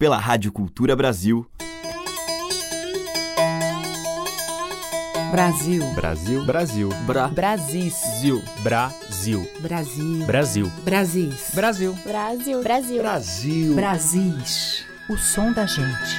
pela Rádio Cultura Brasil. Brasil. Brasil. Brasil. Brasis. Brasil. Brasil. Brasil. Brasis. Brasil. Brasil. Brasil. Brasil. Brasis. O som da gente.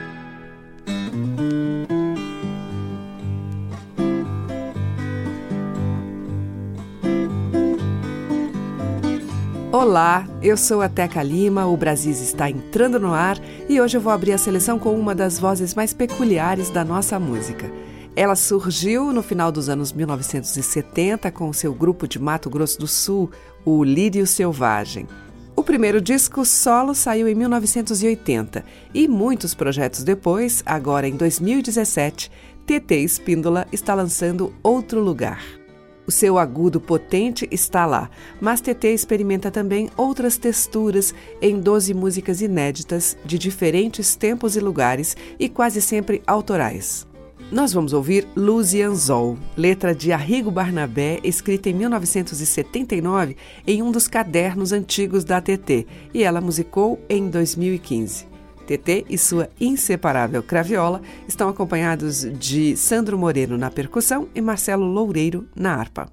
Olá, eu sou a Teca Lima, o Brasis está entrando no ar e hoje eu vou abrir a seleção com uma das vozes mais peculiares da nossa música. Ela surgiu no final dos anos 1970 com o seu grupo de Mato Grosso do Sul, o Lírio Selvagem. O primeiro disco solo saiu em 1980 e muitos projetos depois, agora em 2017, TT Espíndola está lançando Outro Lugar. O seu agudo potente está lá, mas TT experimenta também outras texturas em 12 músicas inéditas de diferentes tempos e lugares e quase sempre autorais. Nós vamos ouvir Luz e Anzol, letra de Arrigo Barnabé, escrita em 1979 em um dos cadernos antigos da TT, e ela musicou em 2015. TT e sua inseparável craviola estão acompanhados de Sandro Moreno na percussão e Marcelo Loureiro na harpa.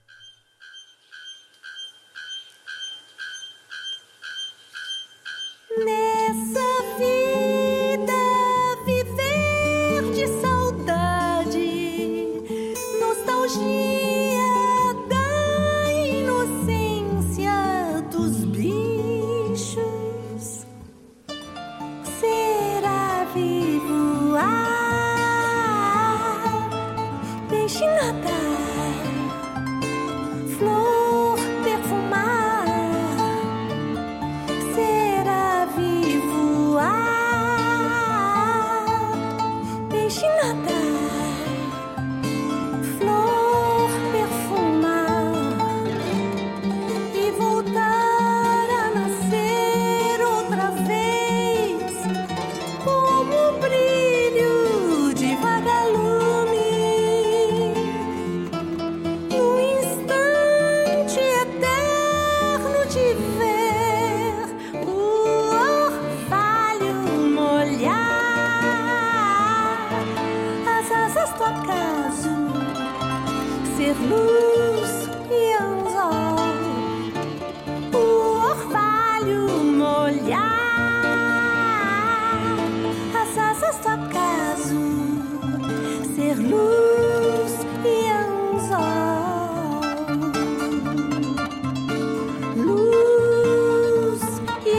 Nessa vida, viver de saudade, nostalgia da inocência dos bichos. Será vivo peixe nadar, flor perfumar. Será vivo peixe nadar, flor perfumar e voltar a nascer outra vez, como o brilho de vagalume, no instante eterno de ver o orvalho molhar as asas do acaso, ser luz e anzol, o orvalho molhar as asas do acaso, ser luz e anzol, luz e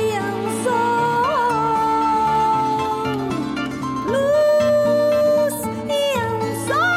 anzol, luz e anzol.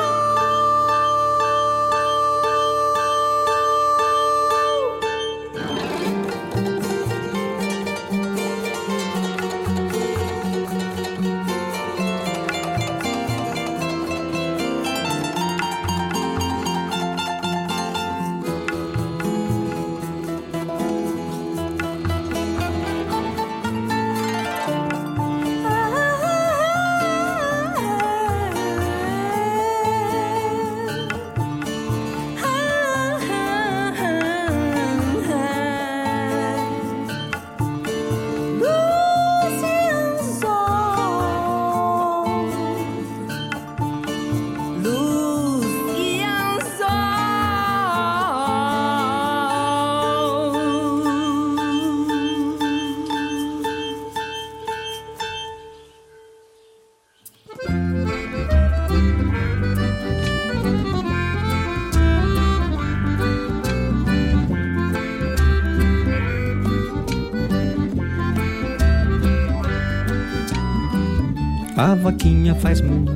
A vaquinha faz mu,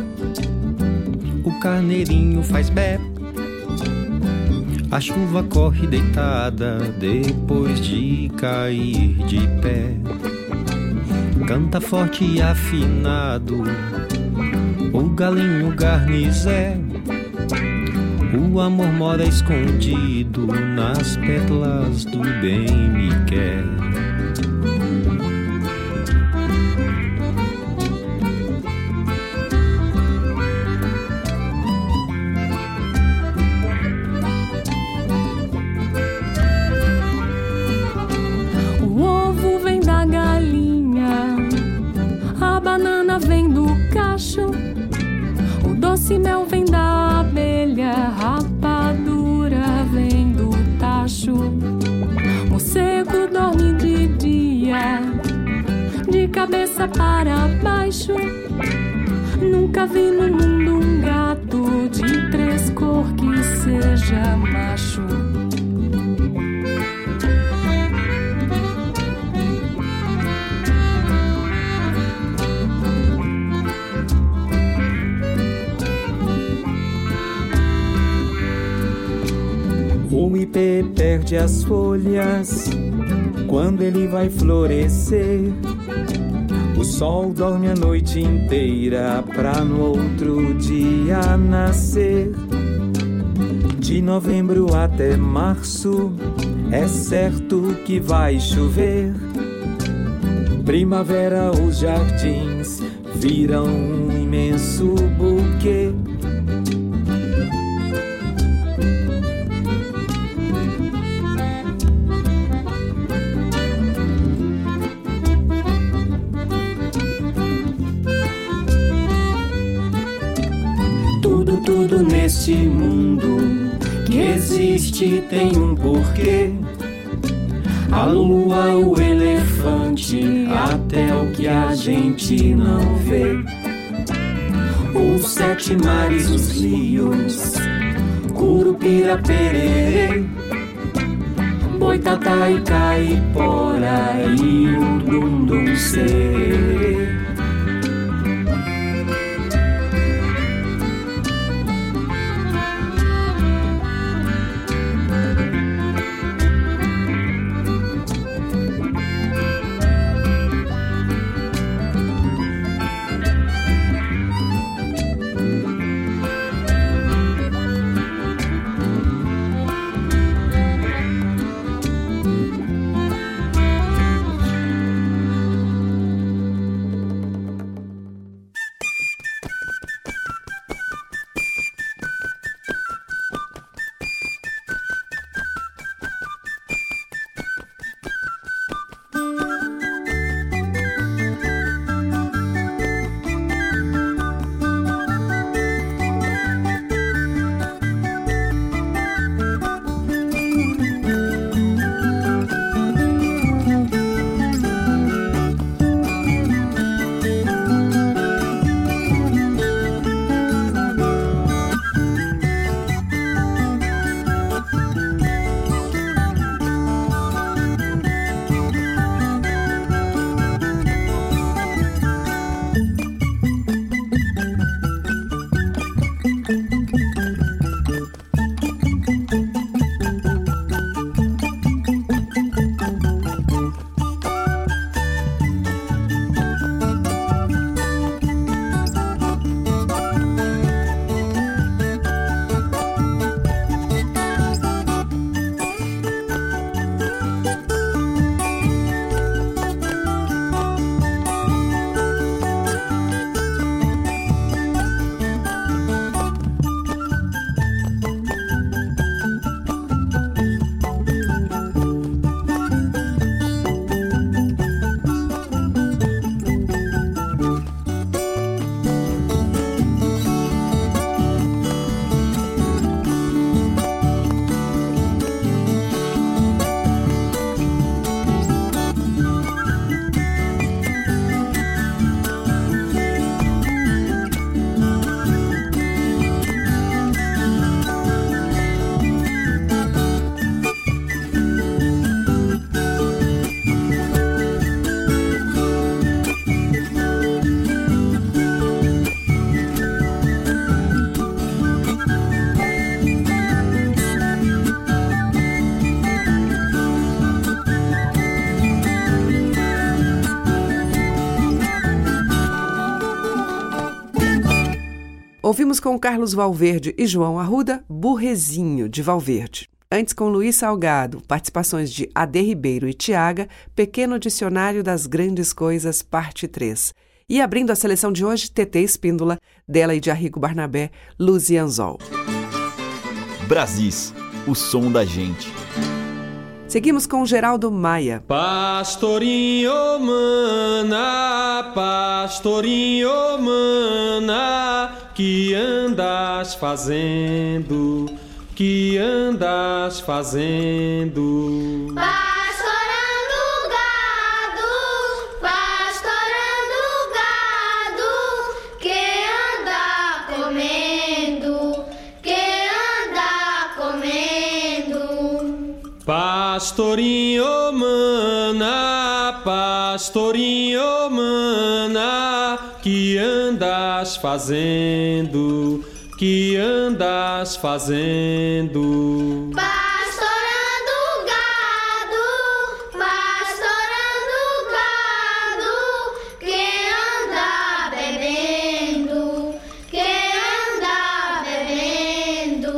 o carneirinho faz bé, a chuva corre deitada depois de cair de pé. Canta forte e afinado o galinho garnizé, o amor mora escondido nas pétalas do bem me quer. O ovo vem da galinha cabeça para baixo. Nunca vi no mundo um gato de 3 cores que seja macho. O ipê perde as folhas quando ele vai florescer. O sol dorme a noite inteira pra no outro dia nascer. De novembro até março é certo que vai chover. Primavera os jardins viram um imenso buquê. Tudo neste mundo que existe tem um porquê. A lua, o elefante, até o que a gente não vê. Os 7 mares, os rios, Curupira, Pererê, Boitatá e Caipora e o Dundum Sererê. Ouvimos com Carlos Valverde e João Arruda, Burrezinho, de Valverde. Antes, com Luiz Salgado, participações de Ade Ribeiro e Tiaga, Pequeno Dicionário das Grandes Coisas, parte 3. E abrindo a seleção de hoje, Tetê Espíndola, dela e de Arrigo Barnabé, Luz e Anzol. Brasis, o som da gente. Seguimos com Geraldo Maia. Pastorinho mana, que andas fazendo, que andas fazendo? Pastorando gado, pastorando Pastorinho mana, pastorinho mana, que andas fazendo, que andas fazendo? Pastorando gado, quem anda bebendo, quem anda bebendo.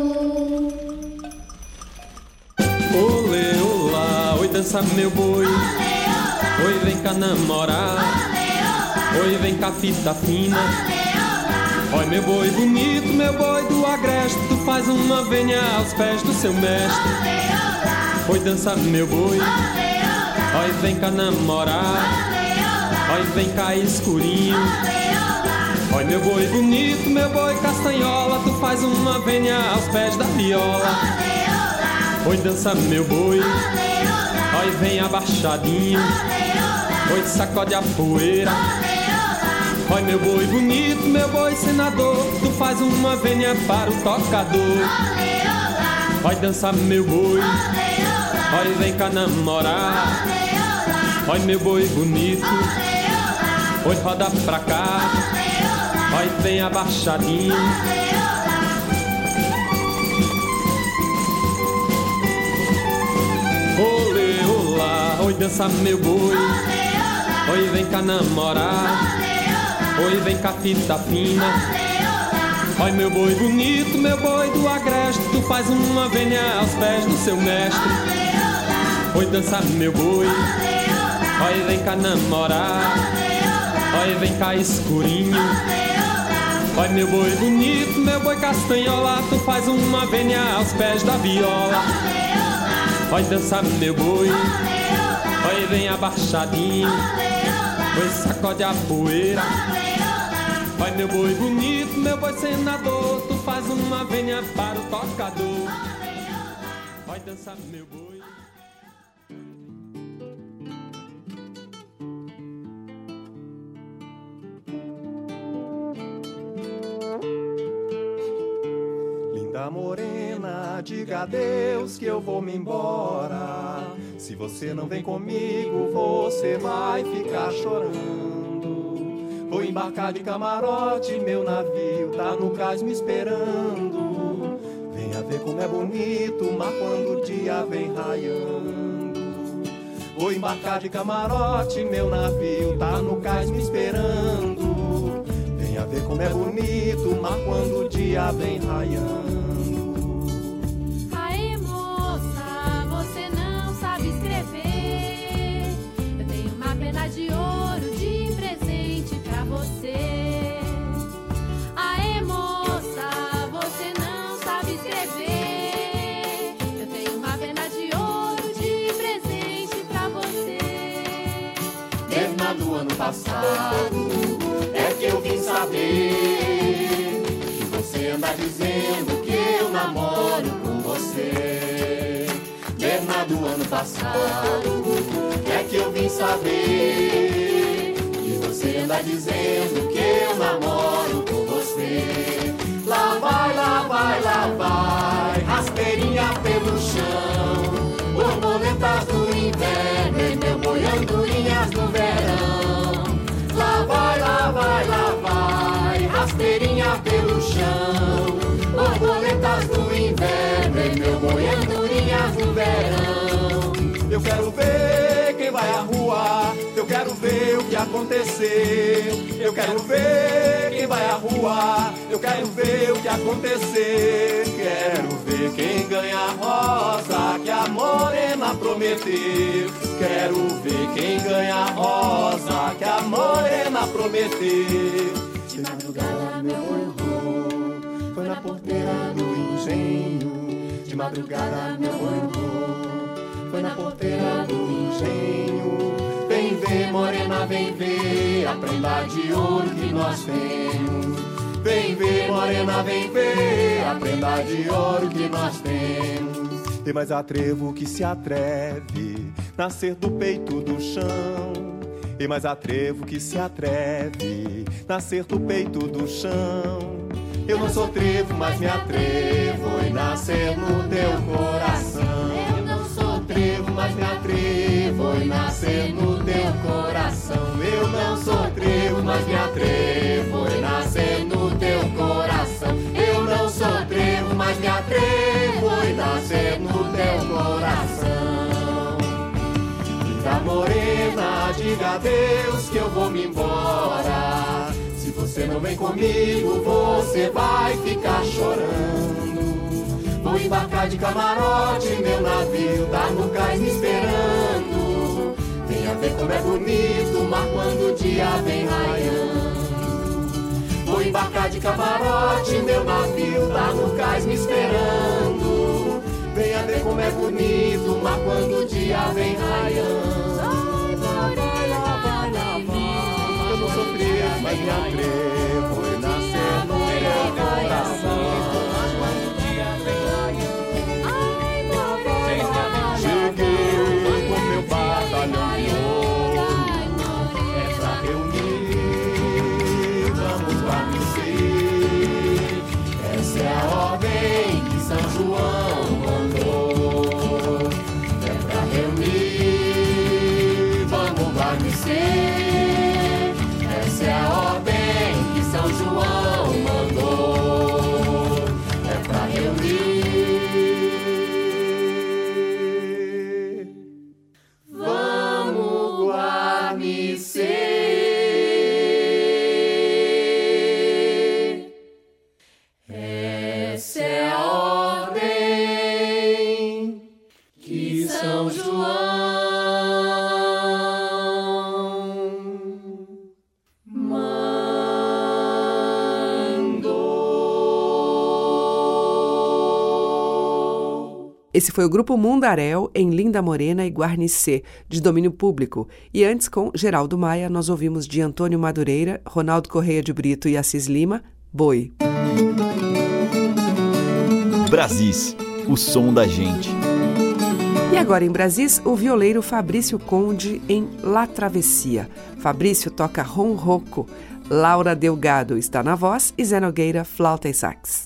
Olê, olá, oi dança meu boi, oi vem cá namorar, oi vem cá fita fina. Oi meu boi bonito, meu boi do agreste, tu faz uma venha aos pés do seu mestre. Oi dança meu boi, oi vem cá namorar, oi vem cá escurinho. Oi meu boi bonito, meu boi castanhola, tu faz uma venha aos pés da viola. Oi dança meu boi, oi vem abaixadinho, oi sacode a poeira. Oi meu boi bonito, meu boi senador, tu faz uma venha para o tocador. Oi dança meu boi, oi vem cá namorar. Oi meu boi bonito, oi roda pra cá, oi vem abaixadinho. Olê, olá, oi dança meu boi, oi vem cá namorar. Oi vem cá fita fina. Oi meu boi bonito, meu boi do agreste, tu faz uma venha aos pés do seu mestre. Oi dança meu boi, oi vem cá namorar. Oi vem cá escurinho. Oi meu boi bonito, meu boi castanhola, tu faz uma venha aos pés da viola. Oi dança meu boi, oi vem abaixadinho, oi sacode a poeira. Oi meu boi bonito, meu boi senador, tu faz uma venha para o tocador. Oi dança meu boi. Linda morena, diga adeus que eu vou me embora. Se você não vem comigo, você vai ficar chorando. Vou embarcar de camarote, meu navio tá no cais me esperando. Venha ver como é bonito o mar quando o dia vem raiando. Vou embarcar de camarote, meu navio tá no cais me esperando. Venha ver como é bonito o mar quando o dia vem raiando. Aê moça, você não sabe escrever. Eu tenho uma pena de ouro de presente pra você. Aê moça, você não sabe escrever. Eu tenho uma pena de ouro de presente pra você. Desde do ano passado é que eu vim saber que você anda dizendo que eu namoro com você. Desde do ano passado é que eu vim saber que você anda dizendo que eu namoro com você. Lá vai, lá vai, lá vai, rasteirinha pelo chão, borboletas do inverno e meu boi andorinhas no verão. Lá vai, lá vai, lá vai, rasteirinha pelo chão, borboletas do inverno e meu boi andorinhas no verão. Eu quero ver quem vai à rua, eu quero ver o que acontecer. Eu quero ver quem vai à rua, eu quero ver o que acontecer. Quero ver quem ganha a rosa que a morena prometeu. Quero ver quem ganha a rosa que a morena prometeu. De madrugada meu boi rô foi na porteira do engenho. De madrugada meu boi rô foi na porteira do engenho. Vem ver, morena, vem ver a prenda de ouro que nós temos. Vem ver, morena, vem ver a prenda de ouro que nós temos. Tem mais atrevo que se atreve nascer do peito do chão. Tem mais atrevo que se atreve nascer do peito do chão. Eu não sou trevo, mas me atrevo em nascer no teu coração. Eu não sou trevo, mas me atrevo e nascer no teu coração. Eu não sou trevo, mas me atrevo e nascer no teu coração. Eu não sou trevo, mas me atrevo e nascer no teu coração. Linda morena, diga a Deus que eu vou me embora. Se você não vem comigo, você vai ficar chorando. Vou embarcar de camarote, meu navio tá no cais me esperando. Venha ver como é bonito o mar quando o dia vem raiando. Vou embarcar de camarote, meu navio tá no cais me esperando. Venha ver como é bonito o mar quando o dia vem raiando. Eu não sou preso, mas me atrevo e nascer no teu coração. Cheguei com meu batalhão de ouro, é pra reunir, vamos guarnecer. Essa é a ordem que São João mandou. É pra reunir, vamos guarnecer. Essa é a ordem que São João mandou. É pra reunir. Essa é a ordem que São João mandou. Esse foi o Grupo Mundaréu em Linda Morena e Guarnicê, de domínio público. E antes, com Geraldo Maia, nós ouvimos de Antônio Madureira, Ronaldo Correia de Brito e Assis Lima, Boi. Brasis, o som da gente. E agora em Brasis, o violeiro Fabrício Conde em La Travessia. Fabrício toca ronroco, Laura Delgado está na voz e Zé Nogueira, flauta e sax.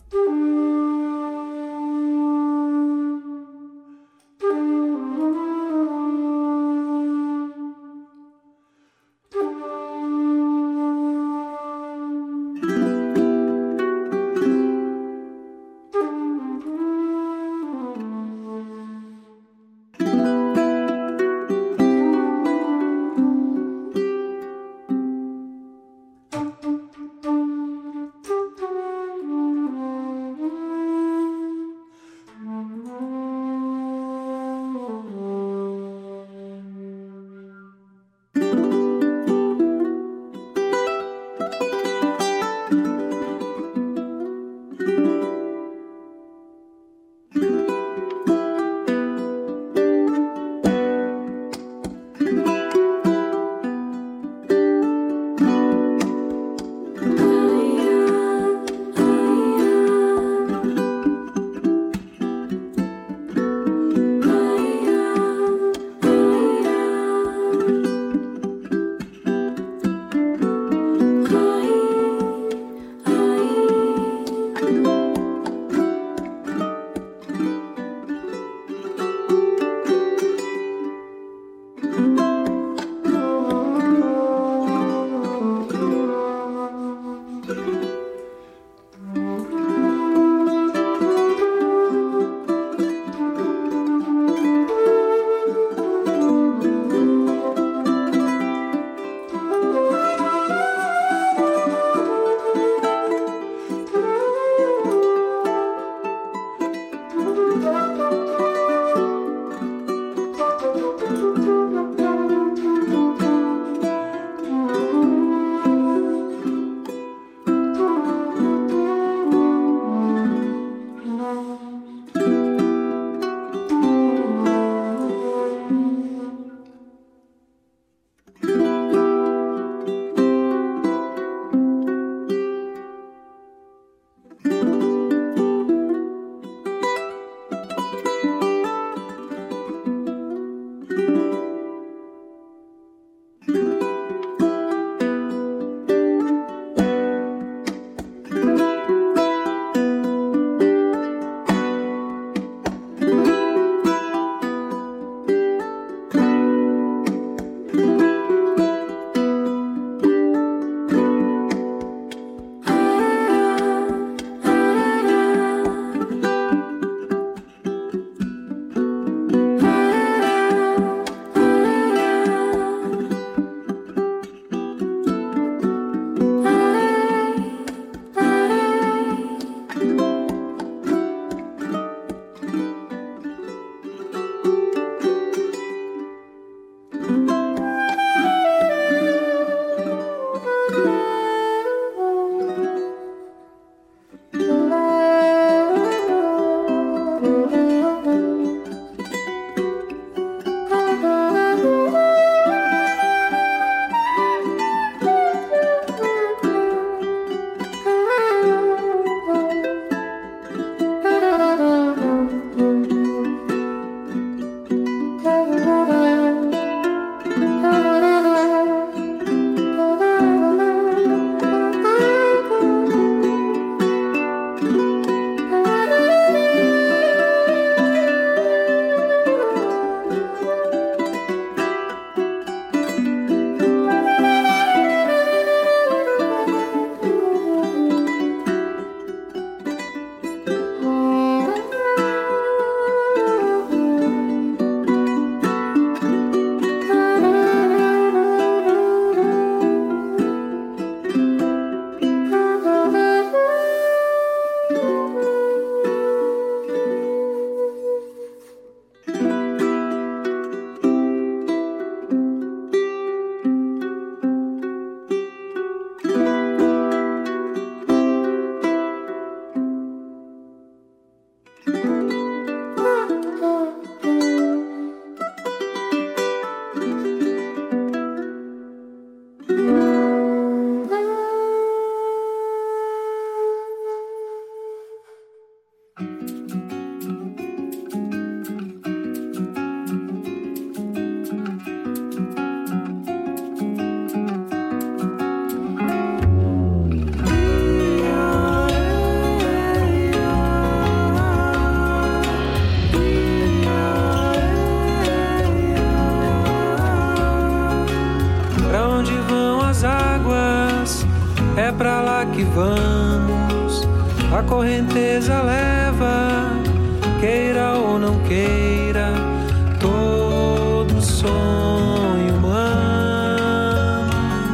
é pra lá que vamos. A correnteza leva, queira ou não queira, todo sonho humano,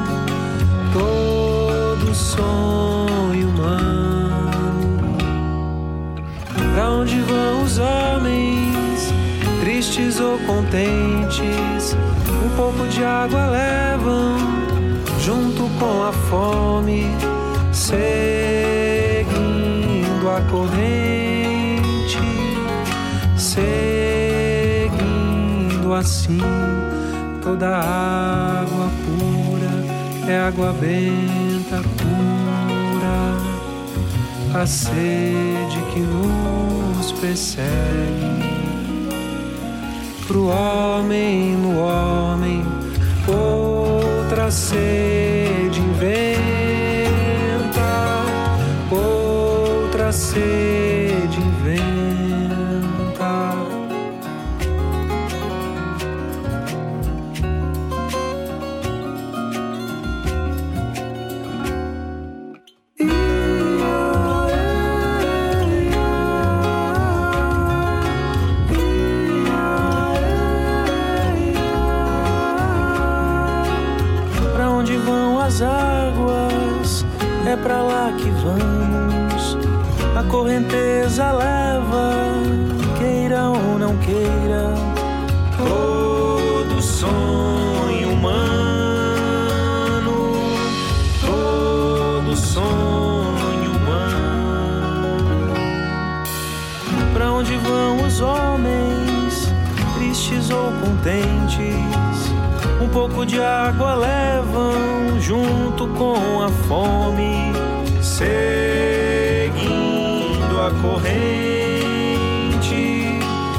todo sonho humano. Pra onde vão os homens, tristes ou contentes? Um pouco de água levam, junto com a fome, seguindo a corrente, seguindo assim. Toda água pura é água benta pura, a sede que nos persegue. Pro homem, no homem, outra sede inventa, outra sede inventa. Águas, é pra lá que vamos. A correnteza leva, queira ou não queira, todo sonho humano, todo sonho humano. Pra onde vão os homens, tristes ou contentes? Um pouco de água levam, junto com a fome, seguindo a corrente,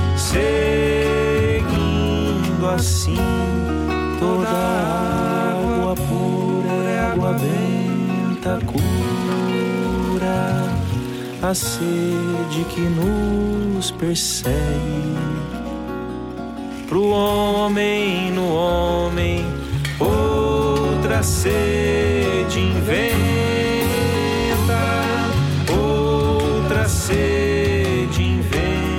seguindo assim. Toda água pura é água benta cura, a sede que nos persegue. Pro homem, no homem, outra sede inventa, outra sede inventa.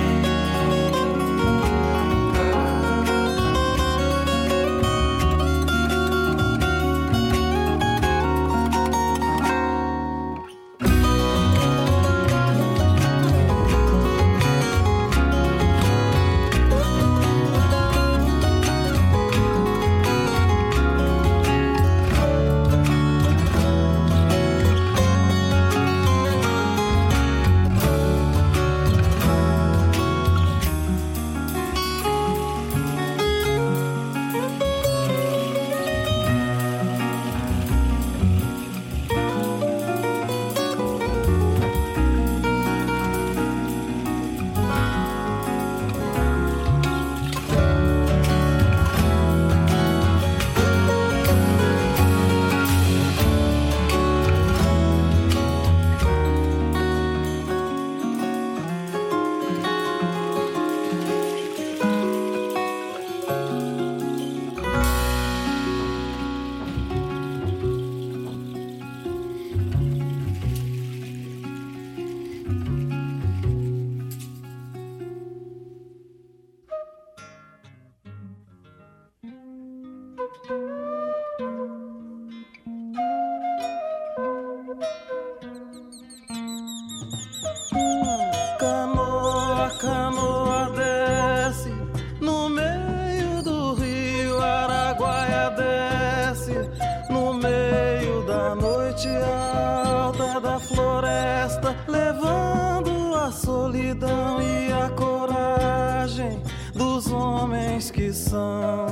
Canoa desce no meio do rio, Araguaia desce no meio da noite alta da floresta, levando a solidão e a coragem dos homens que são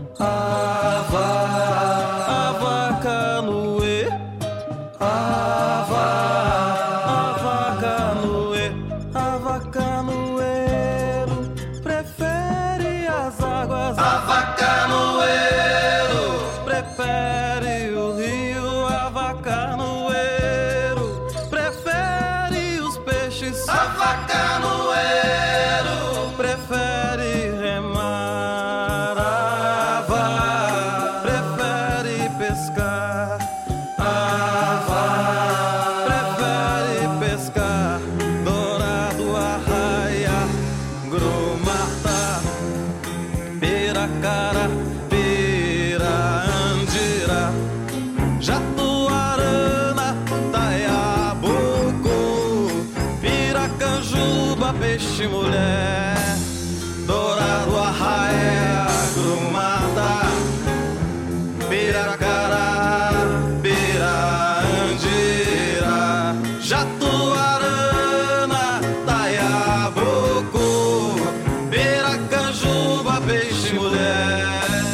Avacanoê, Avacanoeiro prefere as águas, Avacanoeiro prefere o rio, Avacanoeiro prefere os peixes, Avacanoeiro prefere remar, prefere pescar. Jatuarana, Taiabuco, Piracanjuba, peixe mulher, dourado, arraia, grumada, Piracará, Pirandira, Jatuarana, Taiabuco, Piracanjuba, peixe mulher.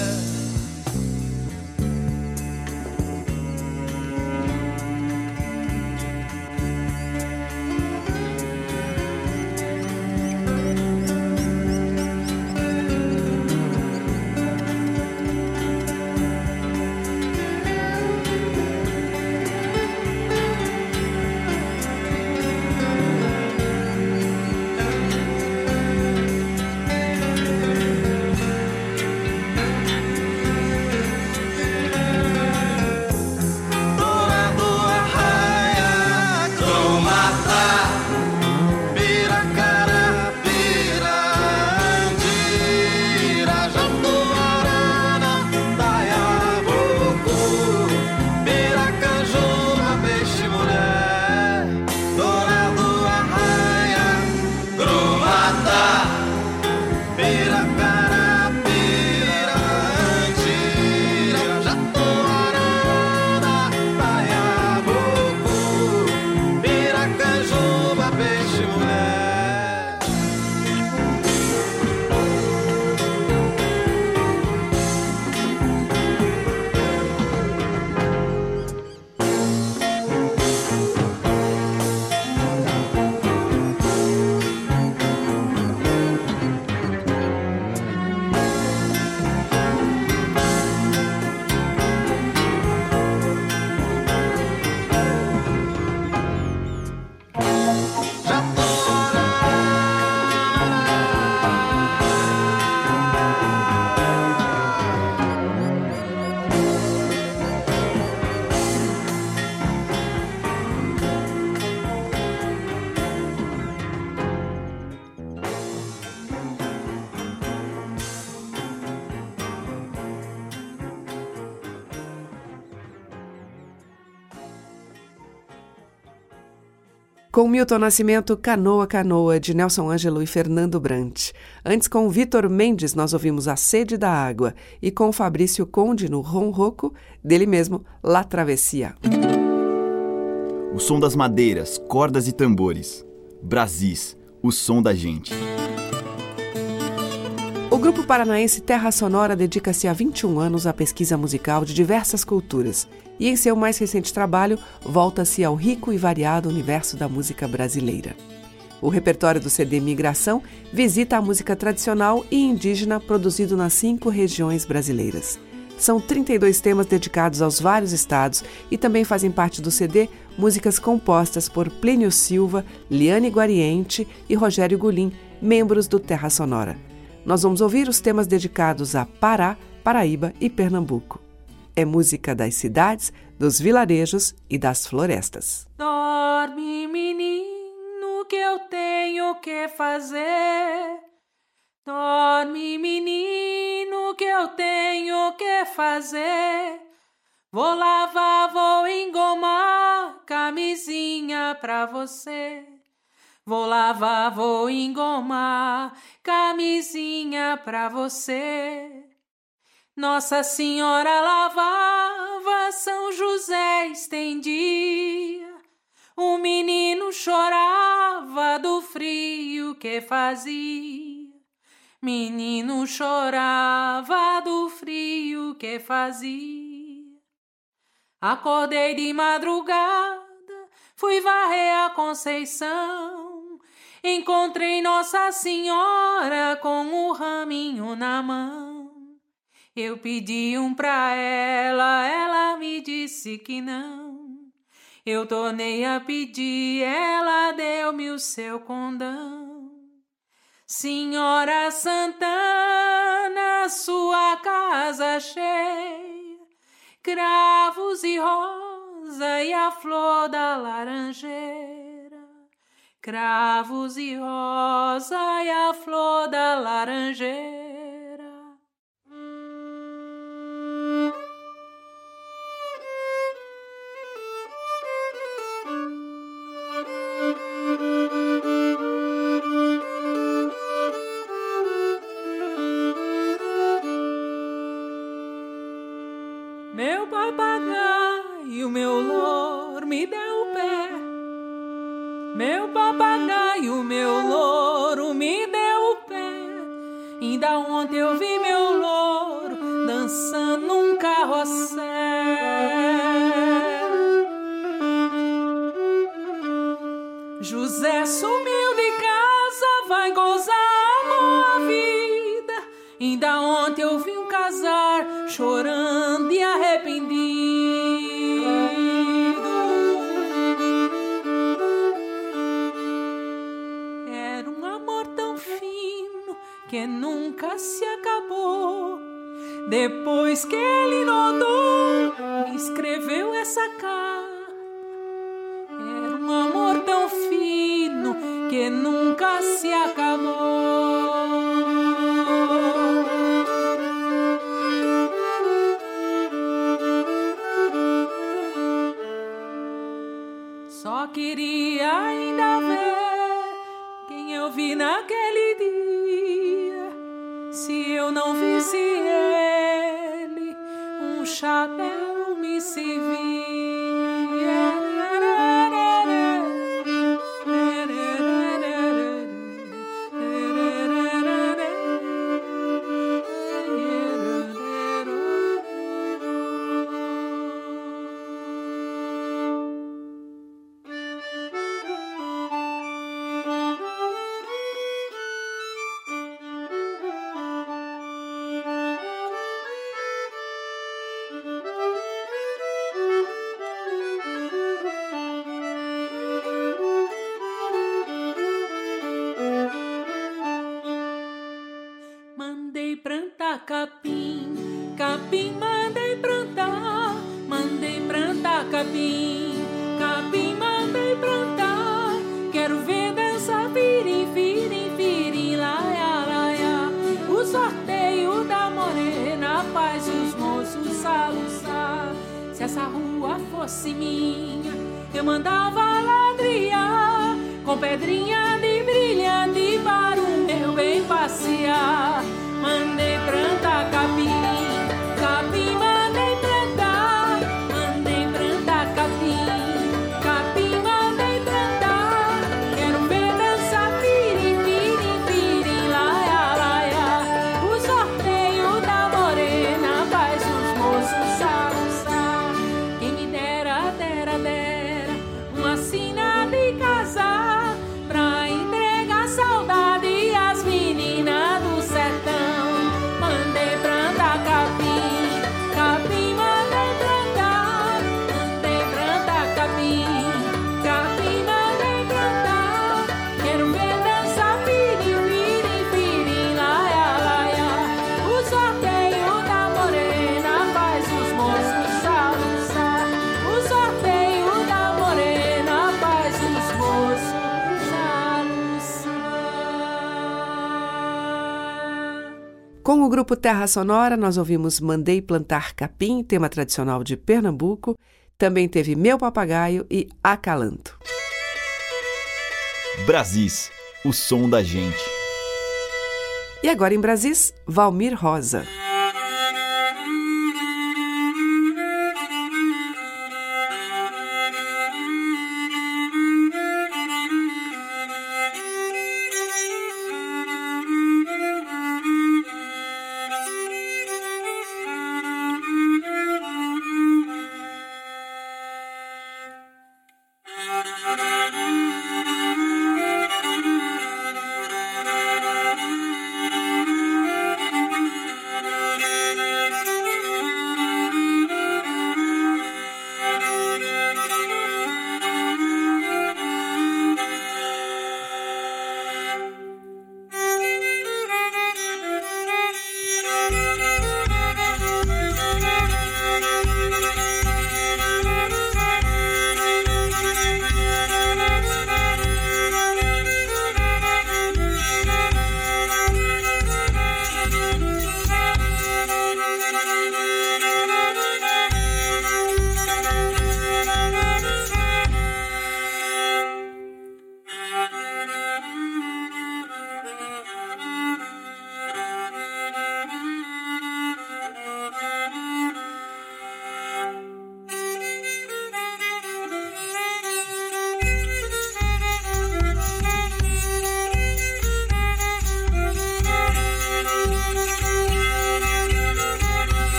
Com Milton Nascimento, Canoa, Canoa, de Nelson Ângelo e Fernando Brant. Antes, com Vitor Mendes, nós ouvimos A Sede da Água. E com Fabrício Conde, no Ronroco, dele mesmo, La Travessia. O som das madeiras, cordas e tambores. Brasis, o som da gente. O grupo paranaense Terra Sonora dedica-se há 21 anos à pesquisa musical de diversas culturas e, em seu mais recente trabalho, volta-se ao rico e variado universo da música brasileira. O repertório do CD Migração visita a música tradicional e indígena produzido nas 5 regiões brasileiras. São 32 temas dedicados aos vários estados e também fazem parte do CD músicas compostas por Plínio Silva, Liane Guariente e Rogério Gulim, membros do Terra Sonora. Nós vamos ouvir os temas dedicados a Pará, Paraíba e Pernambuco. É música das cidades, dos vilarejos e das florestas. Dorme, menino, que eu tenho que fazer. Dorme, menino, que eu tenho que fazer. Vou lavar, vou engomar camisinha pra você. Vou lavar, vou engomar camisinha pra você. Nossa Senhora lavava, São José estendia. O menino chorava do frio que fazia. Menino chorava do frio que fazia. Acordei de madrugada, fui varrer a Conceição. Encontrei Nossa Senhora com o raminho na mão. Eu pedi um pra ela me disse que não. Eu tornei a pedir, ela deu-me o seu condão. Senhora Santana, sua casa cheia, cravos e rosa e a flor da laranjeira. Cravos e rosa e a flor da laranjeira. Ainda ontem eu vi meu louro dançando num carrossel. José sumiu de casa, vai gozar a vida. Ainda ontem eu vi um casar chorando e arrependido. Era um amor tão fino que nunca se acabou. Depois que ele notou, me escreveu essa carta. Era um amor tão fino que nunca se acabou. Só queria ainda ver quem eu vi naquele dia. Se eu não visse ele, um chapéu me servia. Capim, capim, mandei plantar capim, capim, mandei plantar. Quero ver dançar firim, firim, firim, laia, laia. O sorteio da morena faz os moços soluçar. Se essa rua fosse minha, eu mandava ladrilhar com pedrinha de brilhante para o meu bem passear. Mandei plantar capim, capim, mandei plantar capim, capim, mandei plantar. Quero ver dançar pirim, pirim, pirim, laia, laia. O sorteio da morena faz os moços soluçar. Quem me dera, dera, dera uma sina de casar pra entregar saudade às meninas do sertão. Com o grupo Terra Sonora, nós ouvimos Mandei Plantar Capim, tema tradicional de Pernambuco. Também teve Meu Papagaio e Acalanto. Brasis, o som da gente. E agora em Brasis, Valmir Rosa.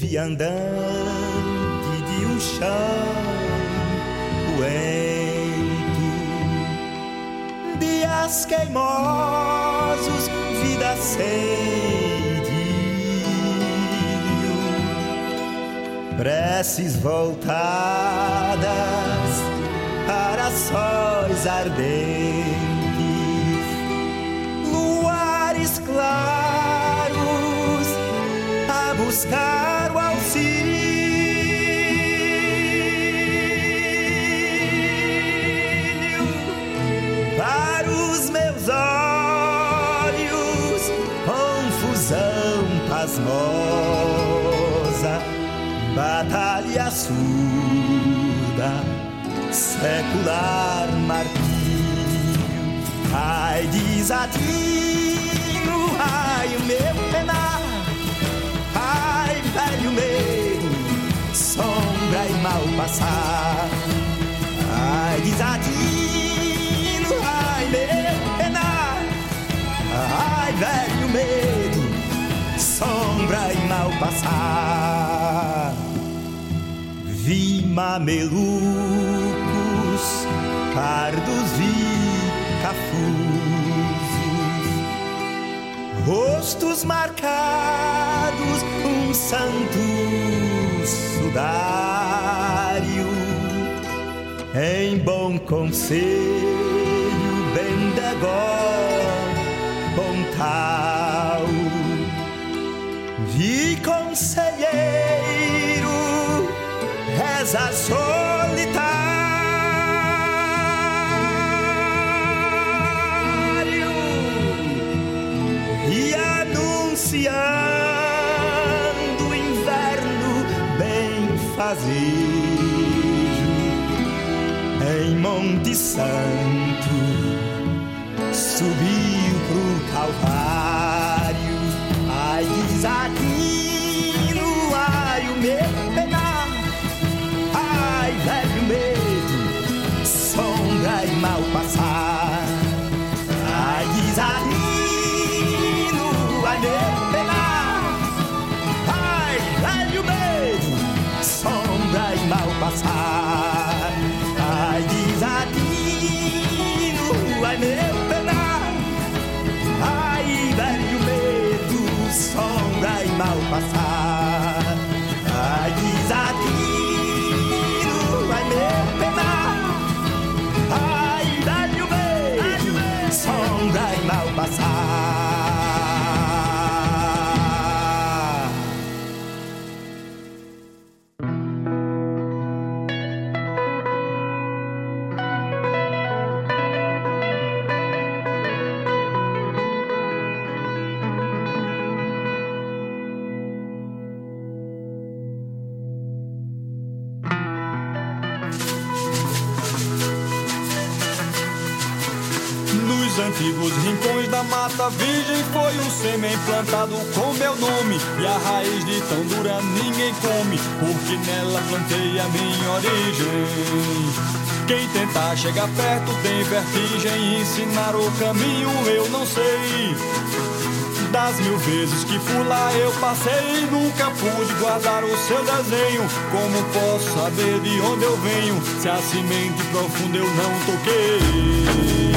viandante de um chão poento, dias queimosos, vida sem idílio, preces voltadas para sóis ardentes, luares claros a buscar o auxílio. Para os meus olhos, confusão pasmosa, batalha surda, secular martírio. Ai, desatino, ai, o meu penar, ai, velho medo, sombra e mal passar. Ai, desatino, ai, meu penar, ai, velho medo, sombra e mal passar. Vi mamelucos, pardos, vi cafusos, rostos marcados, um santo sudário. Em bom conselho, bendegó, bom tal, vi conselheiro, reza solitário e anunciando o inverno bem fazer. Em Monte Santo subiu pro Calvário. Ai, desatino, ai, o meu penar, ai, velho medo, sombra e mal passar. Ai, desatino, ai, meu penar, ai, velho medo, sombra e mal passar. Ai, desatino, ai, meu penar, ai, velho medo, sombra e mal passar. Ai, desatino, ai, meu penar, ai, velho medo, sombra e mal passar. Antigos rincões da mata virgem foi um sêmen plantado com meu nome, e a raiz de tão dura ninguém come, porque nela plantei a minha origem. Quem tentar chegar perto tem vertigem, ensinar o caminho eu não sei. Das 1000 vezes que por lá eu passei, nunca pude guardar o seu desenho. Como posso saber de onde eu venho, se a semente profunda eu não toquei?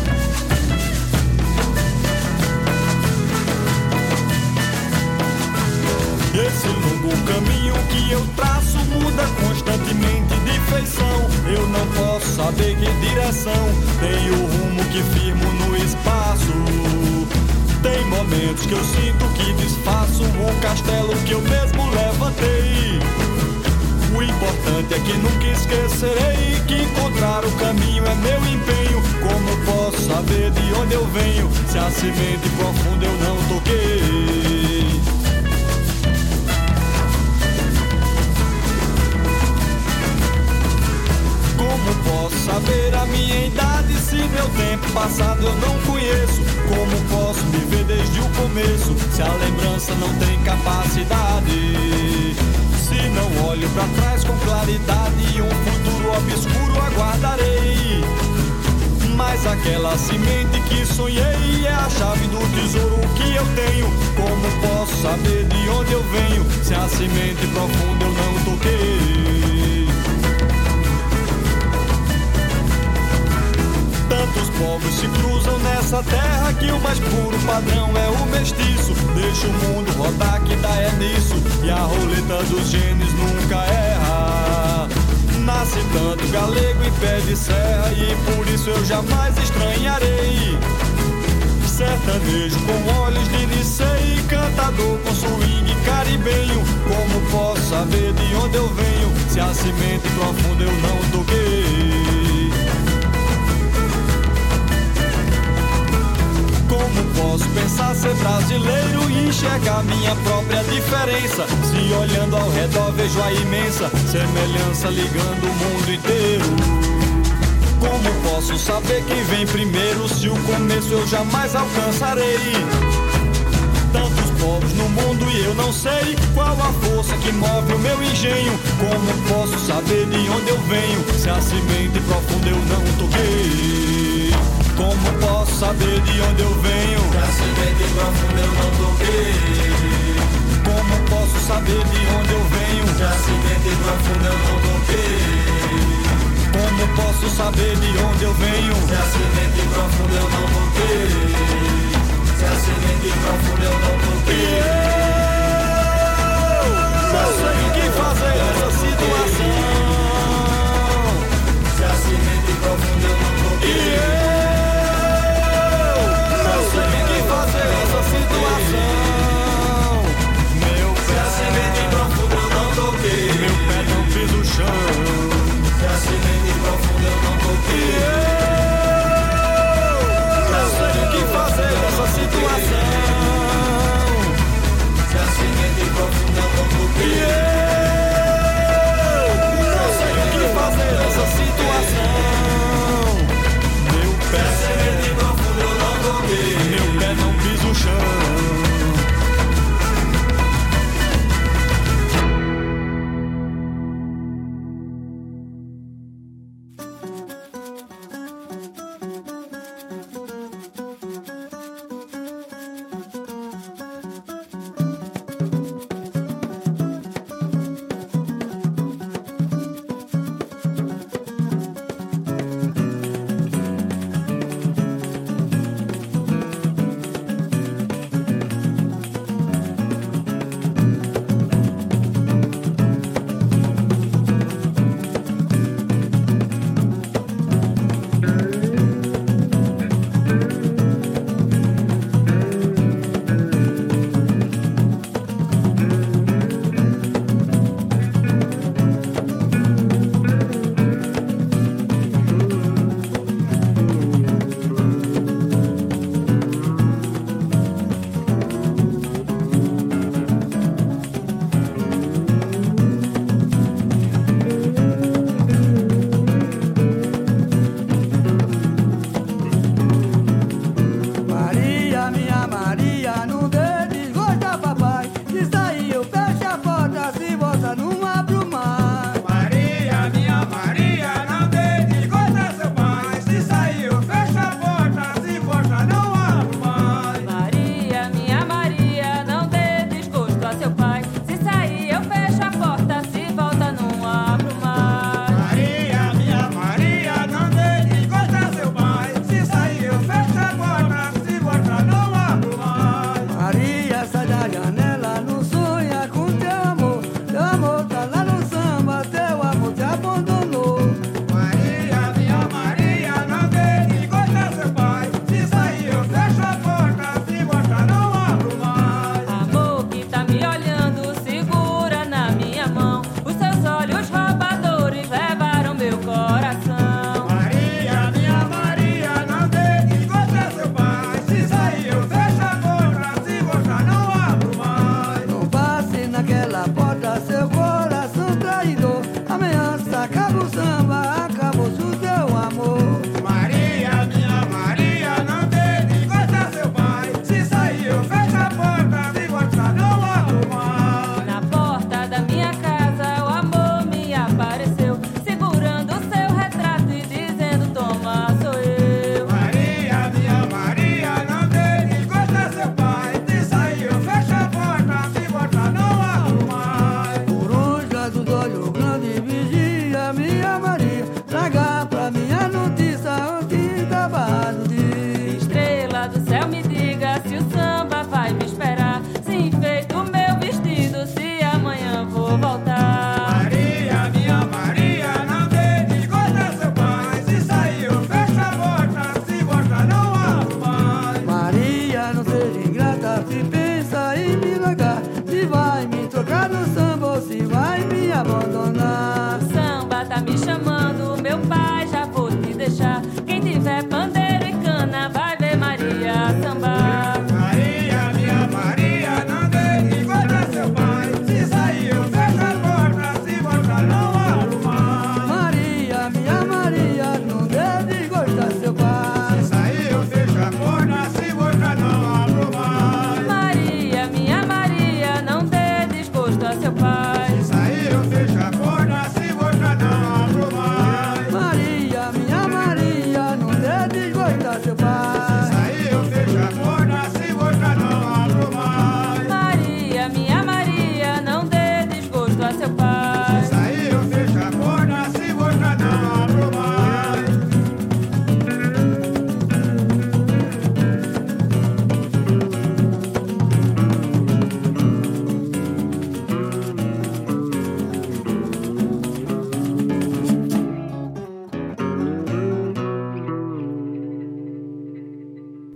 Esse longo caminho que eu traço muda constantemente de feição. Eu não posso saber que direção tem o rumo que firmo no espaço. Tem momentos que eu sinto que desfaço o castelo que eu mesmo levantei. O importante é que nunca esquecerei que encontrar o caminho é meu empenho. Como posso saber de onde eu venho, se a semente profunda eu não toquei? Como posso saber a minha idade se meu tempo passado eu não conheço? Como posso me ver desde o começo se a lembrança não tem capacidade? Se não olho pra trás com claridade, um futuro obscuro aguardarei. Mas aquela semente que sonhei é a chave do tesouro que eu tenho. Como posso saber de onde eu venho se a semente profunda eu não toquei? Tantos povos se cruzam nessa terra que o mais puro padrão é o mestiço. Deixa o mundo rodar que dá é nisso, e a roleta dos genes nunca erra. Nasce tanto galego em pé de serra e por isso eu jamais estranharei. Sertanejo com olhos de Nicei, cantador com swing caribenho. Como posso saber de onde eu venho se a semente profunda eu não toquei? Como posso pensar ser brasileiro e enxergar minha própria diferença, se olhando ao redor vejo a imensa semelhança ligando o mundo inteiro? Como posso saber quem vem primeiro se o começo eu jamais alcançarei? Tantos povos no mundo e eu não sei qual a força que move o meu engenho. Como posso saber de onde eu venho se a semente profunda eu não toquei? Como posso saber de onde eu venho se a semente profunda eu não toquei? Como posso saber de onde eu venho se a semente profunda eu não toquei? Como posso saber de onde eu venho se a semente profunda eu não toquei? Se a semente profunda eu não toquei? Eu sei o que fazer nessa situação. Se a semente profunda eu não toquei? Eu sei o que fazer nessa situação. Meu pé, se a semente profunda eu não toquei, meu pé não pisa o chão. Se a semente profunda eu não toquei. Eu sei o que fazer nessa situação. Se a semente profunda eu não toquei. Eu sei o que fazer nessa situação. Meu pé, se a semente profunda eu não toquei, meu pé não pisa o chão.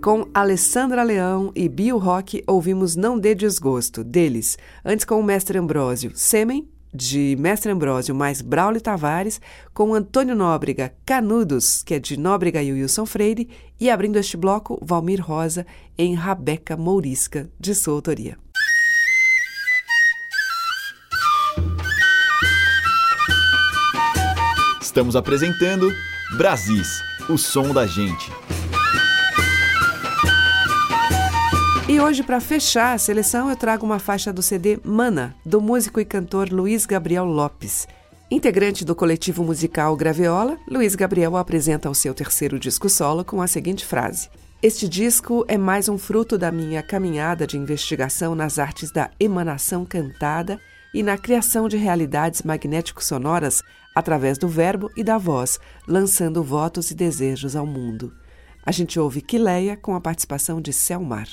Com Alessandra Leão e Bio Rock, ouvimos Não Dê Desgosto, deles. Antes com o Mestre Ambrósio, Sêmen, de Mestre Ambrósio mais Braulio Tavares, com Antônio Nóbrega, Canudos, que é de Nóbrega e Wilson Freire, e abrindo este bloco, Valmir Rosa, em Rabeca Mourisca, de sua autoria. Estamos apresentando Brasis, o som da gente. E hoje, para fechar a seleção, eu trago uma faixa do CD Mana, do músico e cantor Luiz Gabriel Lopes. Integrante do coletivo musical Graveola, Luiz Gabriel apresenta o seu terceiro disco solo com a seguinte frase: "Este disco é mais um fruto da minha caminhada de investigação nas artes da emanação cantada e na criação de realidades magnético-sonoras através do verbo e da voz, lançando votos e desejos ao mundo." A gente ouve Quileia com a participação de Selmar.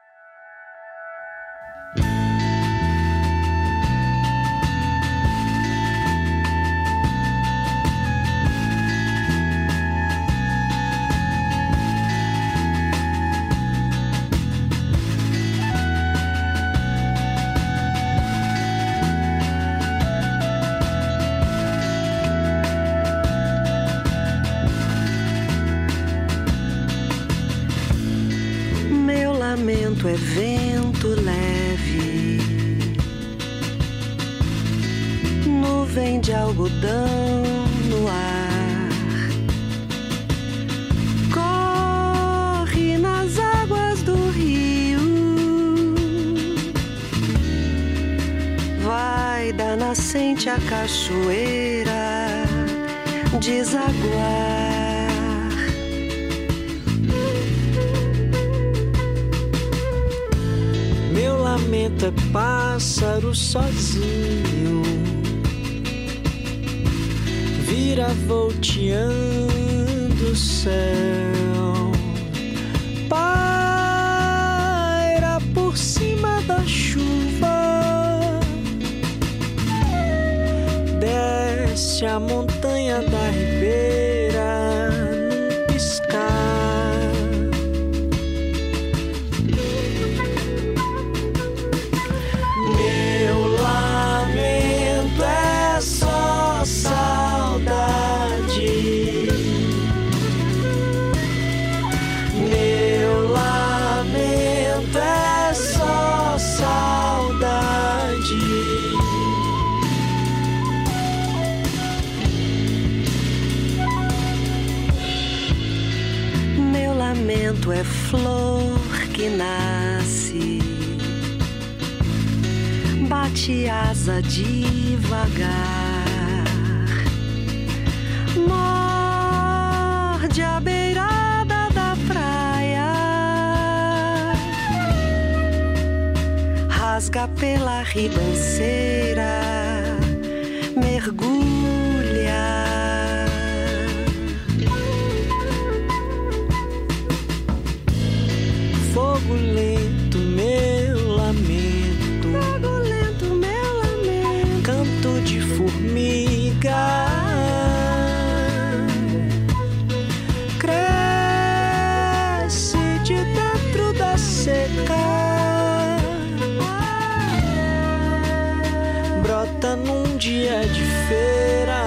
É vento leve, nuvem de algodão no ar, corre nas águas do rio, vai da nascente à cachoeira desaguar. Lamento é pássaro sozinho, vira volteando o céu, paira por cima da chuva, desce a montanha da ribeira num piscar. É flor que nasce, bate asa devagar, morde a beirada da praia, rasga pela ribanceira, mergulha. Fogo lento, meu lamento. Fogo lento, meu lamento. Canto de formiga. Cresce de dentro da seca. Brota num dia de feira.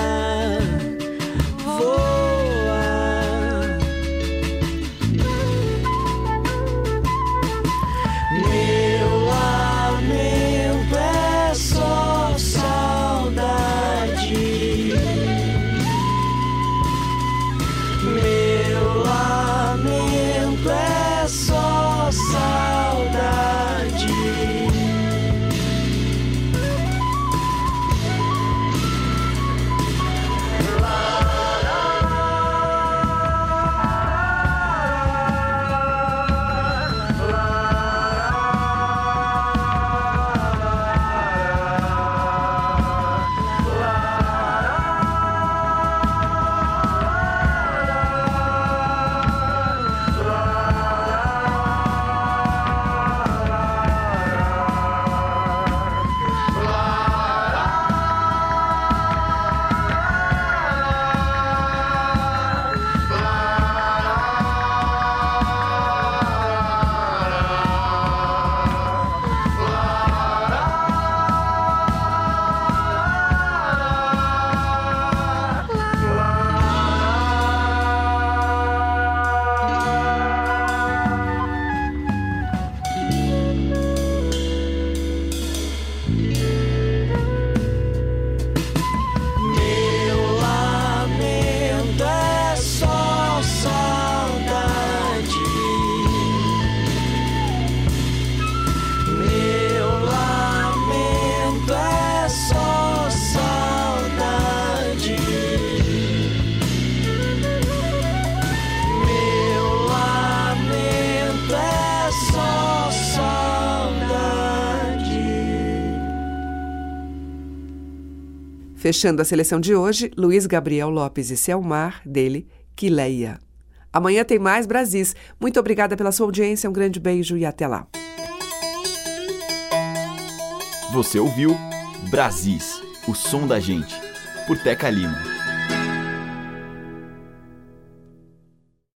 Fechando a seleção de hoje, Luiz Gabriel Lopes e Selmar, dele, Quileia. Amanhã tem mais Brasis. Muito obrigada pela sua audiência, um grande beijo e até lá. Você ouviu Brasis, o som da gente, por Teca Lima.